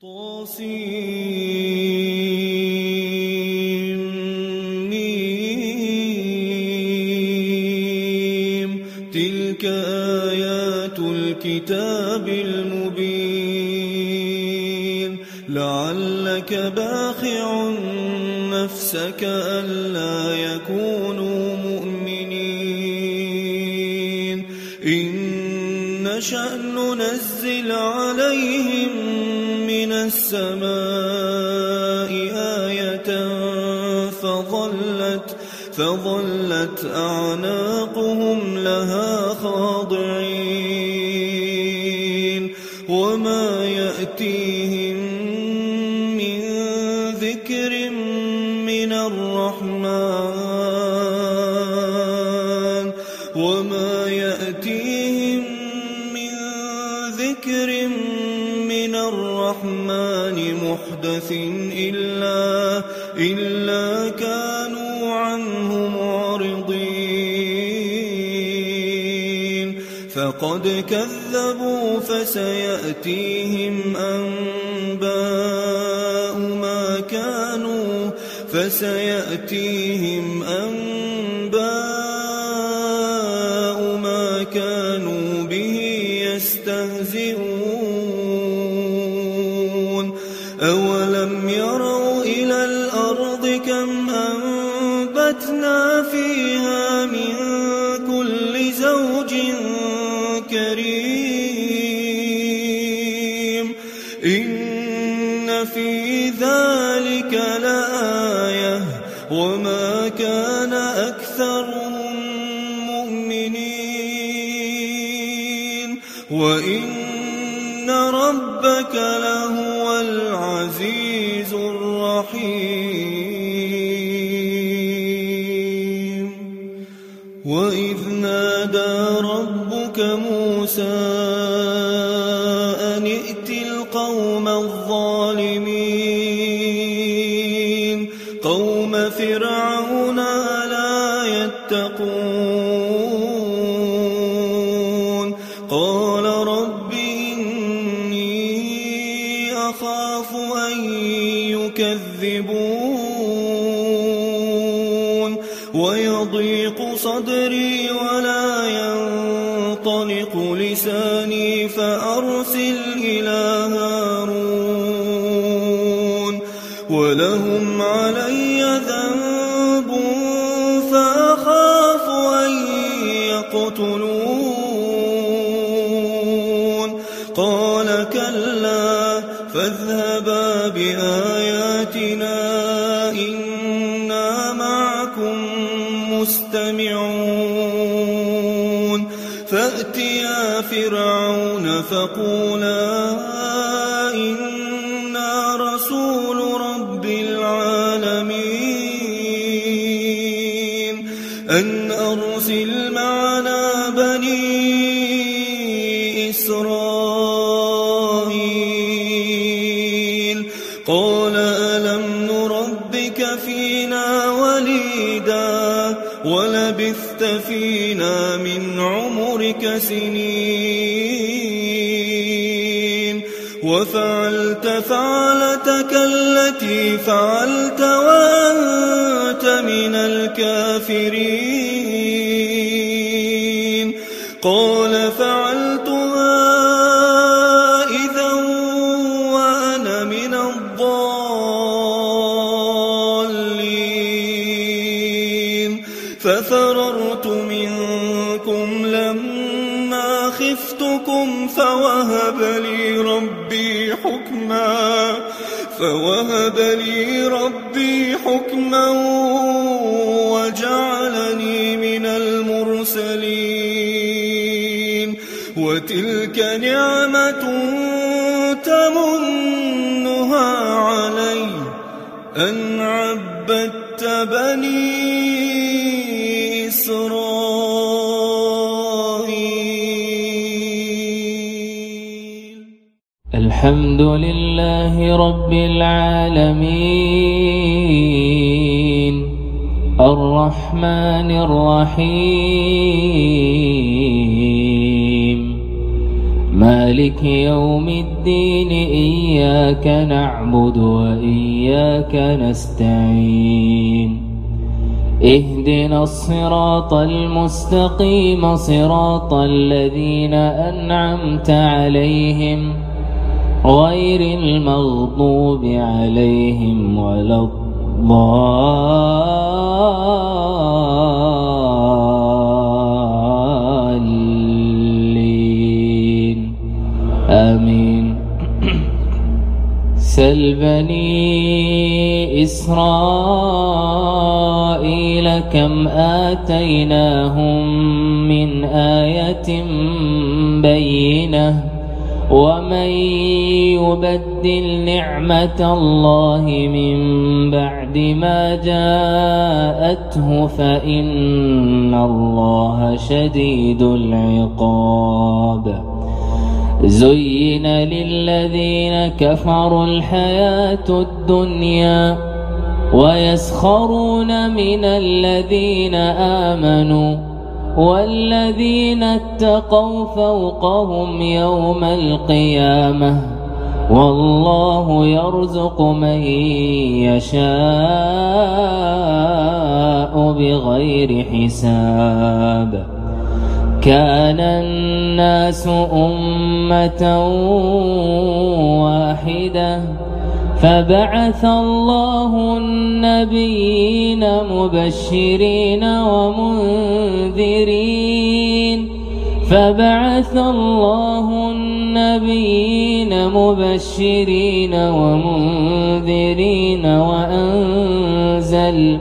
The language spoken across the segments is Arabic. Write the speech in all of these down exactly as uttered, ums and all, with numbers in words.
طاسيم تلك آيات الكتاب المبين لعلك باخع نفسك ألا يكونوا مؤمنين إن نشأ ننزل عليهم من السماء آية فظلت فظلت أعناقهم لها خاضعين وما يأتيهم من ذكر من الرحمن وما يأتيهم من ذكر من الرحمن محدث إلا إلا كانوا عنه معرضين فقد كذبوا فسيأتيهم أنباء ما كانوا فسيأتيهم أنباء ما كانوا به يستهزئون أولم يروا إلى الأرض كم أنبتنا فيها من كل زوج كريم إن في ذلك لآية وما كان أكثرهم مؤمنين وإن ربك لهو العزيز الرحيم وإذ نادى ربك موسى أن ائت القوم الظالمين قوم فرعون ألا يتقون قال رب إني أخاف أن يكذبون ويضيق صدري ولا ينطلق لساني فأرسل إلى هارون ولهم علي ذنب فأخاف أن يقتلون قال كلا فاذهبا بآياتنا إنا معكم مستمعون فأتيا فرعون فقولا إنا رسول رب العالمين أن أرسل معنا بني إسرائيل قال ألم نربك فينا وليدا ولبثت فينا من عمرك سنين وفعلت فعلتك التي فعلت وأنت من الكافرين قال فعلتها إذا وأنا من الضالين ففررت منكم لما خفتكم فوهب لي ربي حكما فوهب لي ربي حكما وجعلني من المرسلين وتلك نعمة تمنها علي أن عبدت بني إسرائيل الحمد لله رب العالمين الرحمن الرحيم مالك يوم الدين إياك نعبد وإياك نستعين اهدنا الصراط المستقيم صراط الذين أنعمت عليهم غير المغضوب عليهم ولا الضالين آمين. سل بني إسرائيل كم آتيناهم من آية بينة ومن يبدل نعمة الله من بعد ما جاءته فإن الله شديد العقاب. زين للذين كفروا الحياة الدنيا ويسخرون من الذين آمنوا والذين اتقوا فوقهم يوم القيامة والله يرزق من يشاء بغير حساب. كان الناس أمة واحدة فبعث الله النبيين مبشرين ومنذرين فبعث الله النبيين مبشرين ومنذرين وأنزل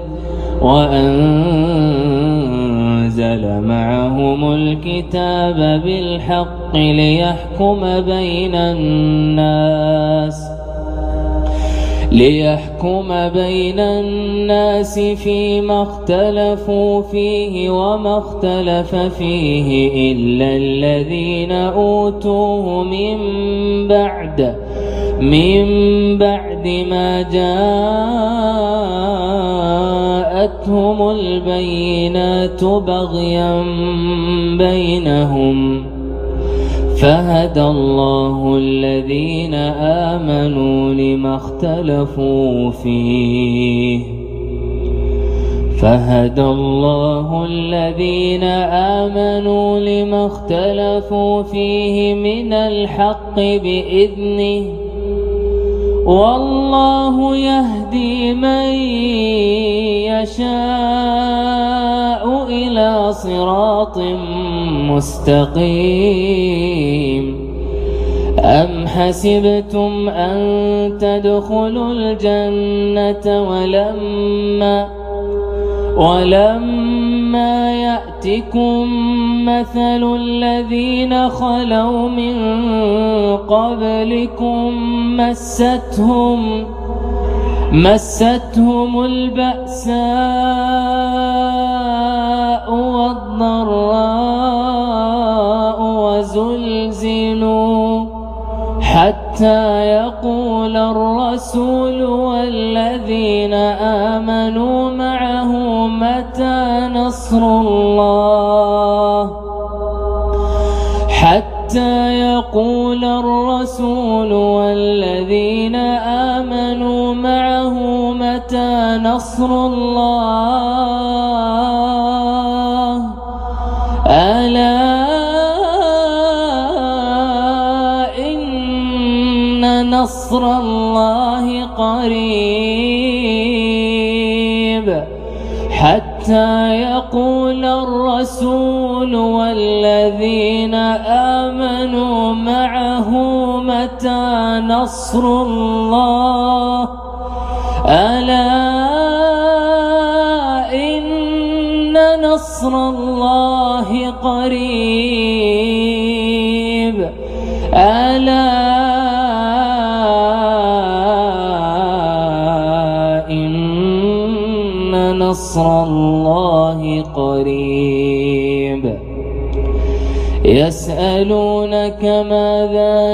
وأنزل معهم الكتاب بالحق ليحكم بين الناس ليحكم بين الناس فيما اختلفوا فيه وما اختلف فيه إلا الذين أوتوه من بعد من بعد ما جاءتهم البينات بغيا بينهم فهدى الله الذين آمنوا لما اختلفوا فيه فهدى الله الذين آمنوا لما اختلفوا فيه من الحق بإذنه والله يهدي من يشاء إلى صراط مستقيم. أم حسبتم أن تدخلوا الجنة ولما ولما يأتكم مثل الذين خلوا من قبلكم مستهم مستهم البأساء والضراء وزلزلوا حتى يقول الرسول والذين آمنوا معه متى نصر الله حتى يقول الرسول والذين آمنوا معه متى نصر الله ألا إن نصر الله قريب. حتى يقول الرسول والذين آمنوا معه متى نصر الله ألا إن نصر الله قريب ألا إن نصر الله قريب. يسألونك ماذا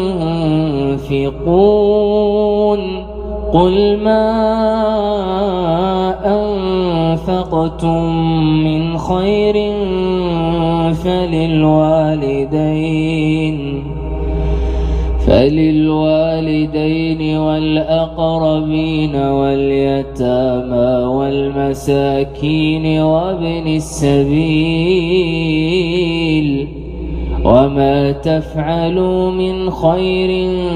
ينفقون قل ما أنفقتم من خير فللوالدين فللوالدين والأقربين واليتامى والمساكين وابن السبيل وما تفعلوا من خير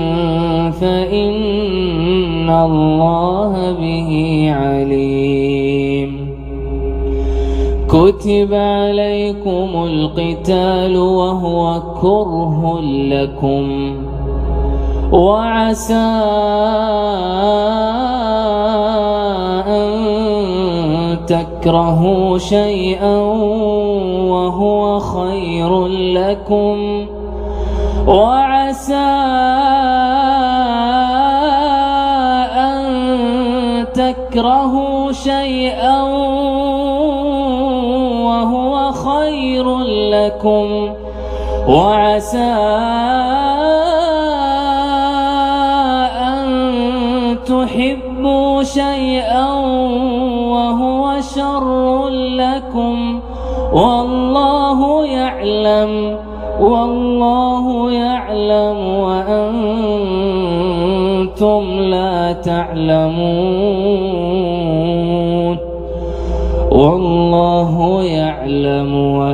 فإن الله به عليم. كتب عليكم القتال وهو كره لكم وعسى أن تكرهوا شيئا وهو خير لكم وعسى أن تكرهوا شيئا وهو خير لكم وعسى تحبوا شيئا وهو شر لكم والله يعلم والله يعلم وأنتم لا تعلمون والله يعلم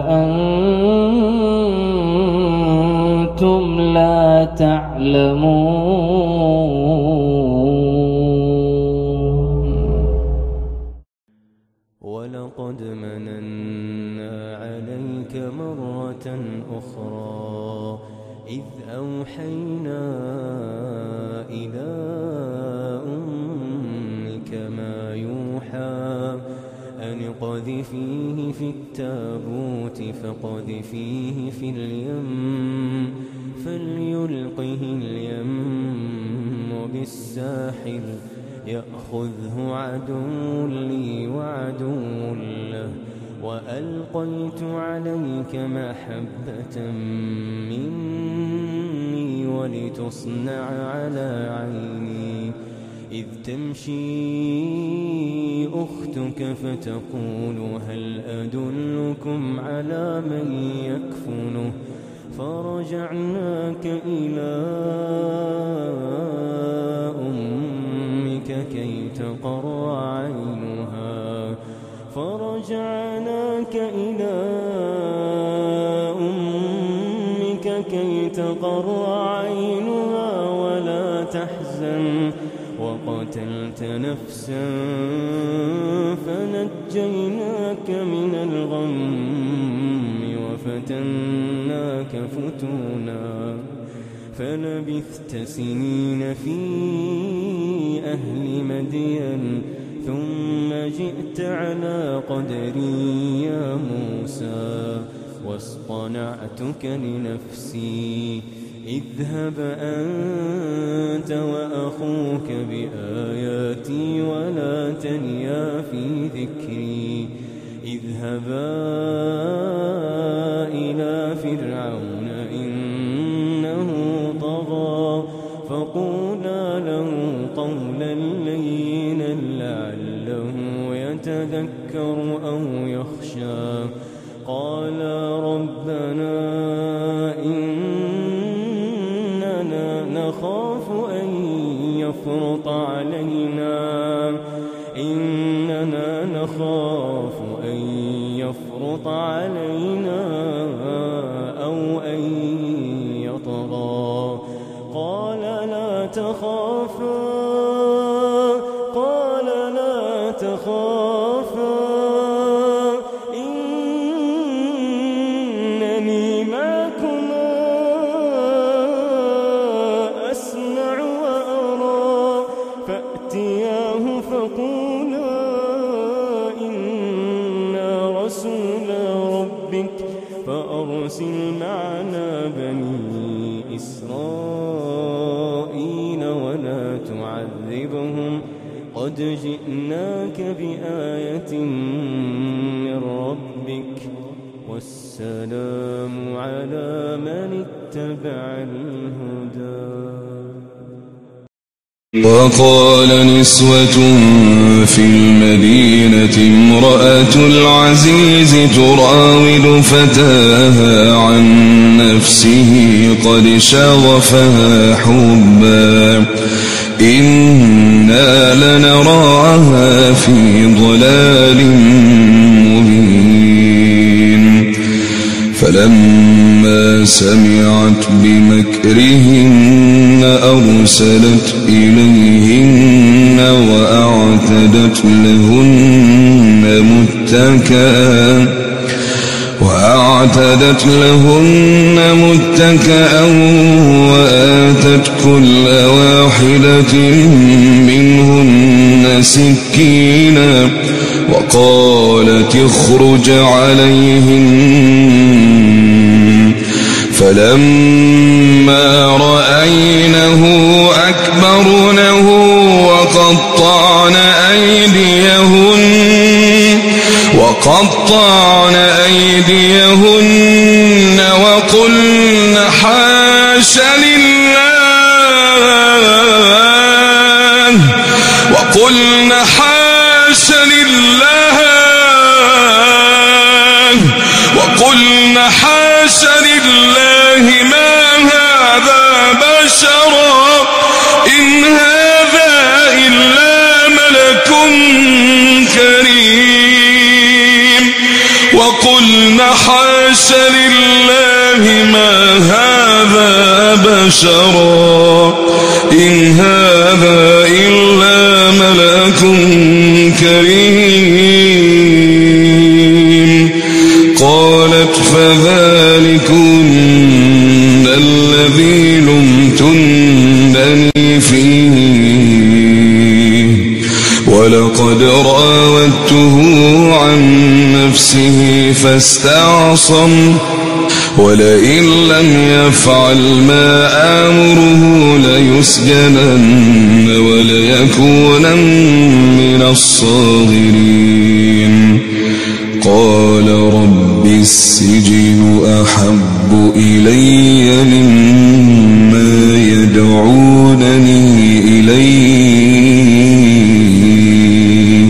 وأنتم لا تعلمون. ولقد مننا عليك مرة أخرى إذ أوحينا إلى أمك ما يوحى أن اقذفيه في التابوت فاقذفيه في اليم فليلقه اليم بالساحل يأخذه عدو لي وعدو له وألقيت عليك محبة مني ولتصنع على عيني إذ تمشي أختك فتقول هل أدلكم على من يكفله فرجعناك إلى أمك كي تقر عينها فرجعناك إلى أمك كي تقر عينها ولا تحزن وقتلت نفسا فنجيناك من الغم وفتناك فتونا فلبثت سنين في أهل مدين ثم جئت على قدري يا موسى واصطنعتك لنفسي اذهب أنت وأخوك بآياتي ولا تنيا في ذكري اذهبا إلى فرعون إنه طغى فقولا له قولا لينا لعله يتذكر أو يخشى قالا ربنا إننا نخاف أن يفرط علينا إننا نخاف أن يفرط علينا أو أن يطغى قال لا تخافا قال لا تخافا إنني معكما أسمع وأرى فأتياه فقولا إنا رسول ربك فأرسل معنا بني إسرائيل ولا تعذبهم قد جئناك بآية من ربك والسلام على من اتبع الهدى. وقال نسوة في المدينة امرأة العزيز تراود فتاها عن نفسه قد شغفها حبا إنا لنراها في ضلال مبين فلما سمعت بمكرهن أرسلت إليهن وأعتدت لهن متكئا وأعتدت لهن متكئا وآتت كل واحدة منهن سكينا وقالت اخرج عليهن فلما رأينه أكبرنه وقطعن أيديهن وقطعن أيديهن وقلن حاش لله وقلن حاش لله وقلن حاش لله ما هذا بشرا إن هذا إلا ملك كريم وقلن حاش لله ما هذا بشرا إن هذا إلا ملك كريم قالت فذلكن الذي لمتنني فيه ولقد راودته عن نفسه فاستعصم ولئن لم يفعل ما آمره ليسجنن وليكونن من الصاغرين قال رب السجن أحب إلي مما يدعونني إليه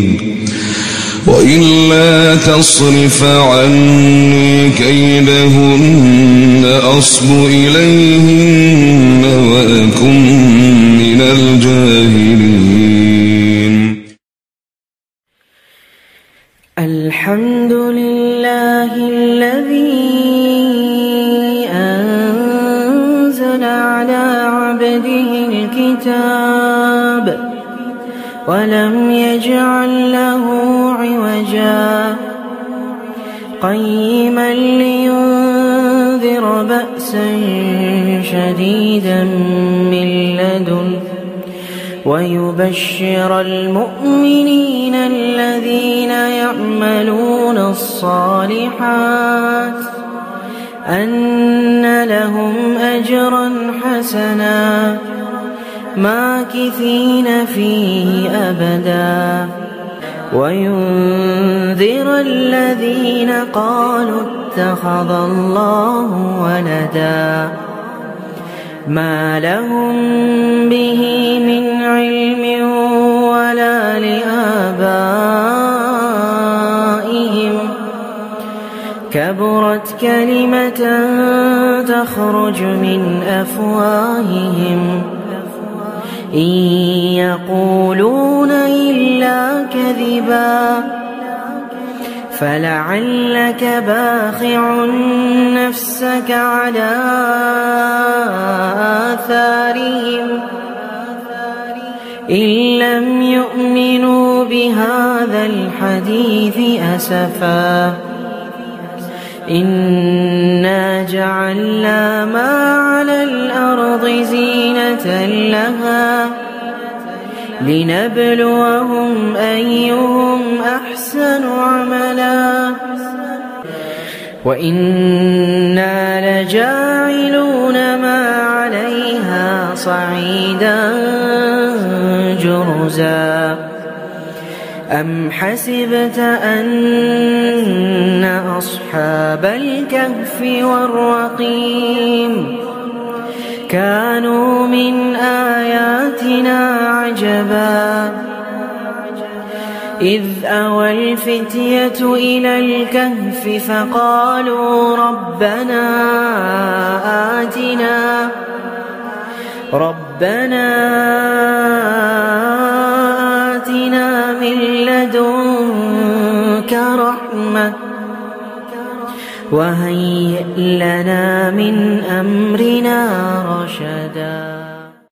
وإلا تصرف عني كيدهن أصب إليهن وأكن من الجاهلين. الحمد لله الذي أنزل على عبده الكتاب ولم يجعل له عوجا قيما لينذر بأسا شديدا من لدنه ويبشر المؤمنين الذين يعملون الصالحات أن لهم أجرا حسنا ماكثين فيه أبدا وينذر الذين قالوا اتخذ الله ولدا ما لهم به من علم ولا لآبائهم كبرت كلمة تخرج من أفواههم إن يقولون إلا كذبا فلعلك باخع نفسك على آثارهم إن لم يؤمنوا بهذا الحديث أسفا إنا جعلنا ما على الأرض زينة لها لنبلوهم أيهم أحسن عملا وإنا لجاعلون ما عليها صعيدا جرزا أم حسبت أن أصحاب الكهف والرقيم كانوا من آياتنا عجبا إذ أوى الفتية إلى الكهف فقالوا ربنا آتنا ربنا آتنا من لدنك رحمة وهيئ لنا من أمرنا رشدا.